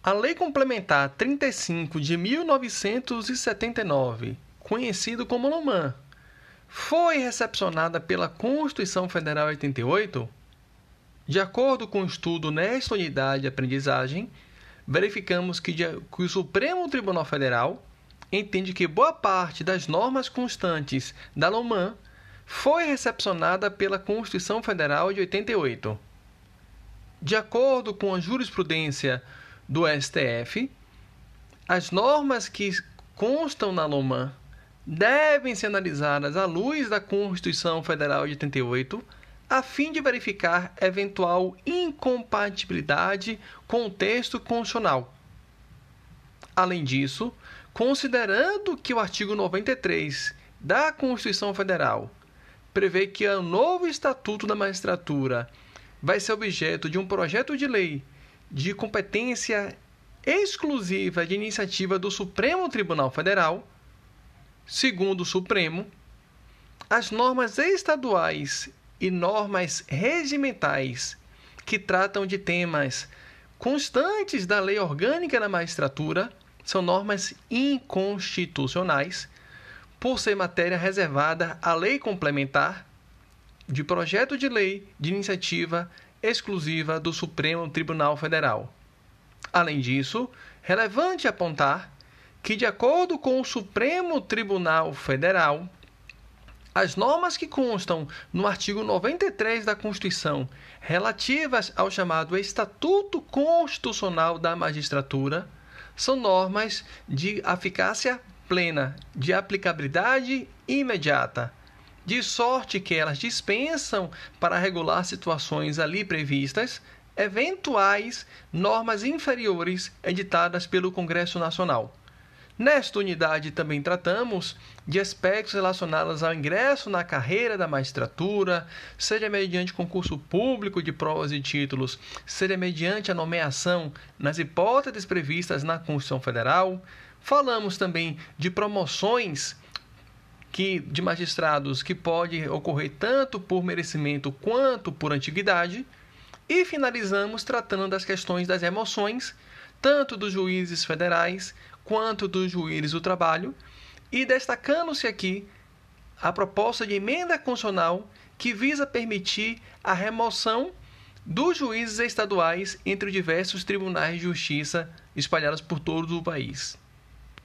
A Lei Complementar 35 de 1979, conhecido como LOMAN, foi recepcionada pela Constituição Federal 88? De acordo com o estudo nesta unidade de aprendizagem, verificamos que o Supremo Tribunal Federal entende que boa parte das normas constantes da LOMAN foi recepcionada pela Constituição Federal de 88. De acordo com a jurisprudência do STF, as normas que constam na LOMAN devem ser analisadas à luz da Constituição Federal de 88, a fim de verificar eventual incompatibilidade com o texto constitucional. Além disso, considerando que o artigo 93 da Constituição Federal prevê que o novo Estatuto da Magistratura vai ser objeto de um projeto de lei de competência exclusiva de iniciativa do Supremo Tribunal Federal, segundo o Supremo, as normas estaduais e normas regimentais que tratam de temas constantes da Lei Orgânica da Magistratura são normas inconstitucionais, por ser matéria reservada à lei complementar de projeto de lei de iniciativa exclusiva do Supremo Tribunal Federal. Além disso, relevante apontar que, de acordo com o Supremo Tribunal Federal, as normas que constam no artigo 93 da Constituição relativas ao chamado Estatuto Constitucional da Magistratura são normas de eficácia plena, de aplicabilidade imediata, de sorte que elas dispensam para regular situações ali previstas eventuais normas inferiores editadas pelo Congresso Nacional. Nesta unidade também tratamos de aspectos relacionados ao ingresso na carreira da magistratura, seja mediante concurso público de provas e títulos, seja mediante a nomeação nas hipóteses previstas na Constituição Federal. Falamos também de promoções de magistrados que pode ocorrer tanto por merecimento quanto por antiguidade. E finalizamos tratando das questões das remoções, tanto dos juízes federais quanto dos juízes do trabalho, e destacando-se aqui a proposta de emenda constitucional que visa permitir a remoção dos juízes estaduais entre os diversos tribunais de justiça espalhados por todo o país.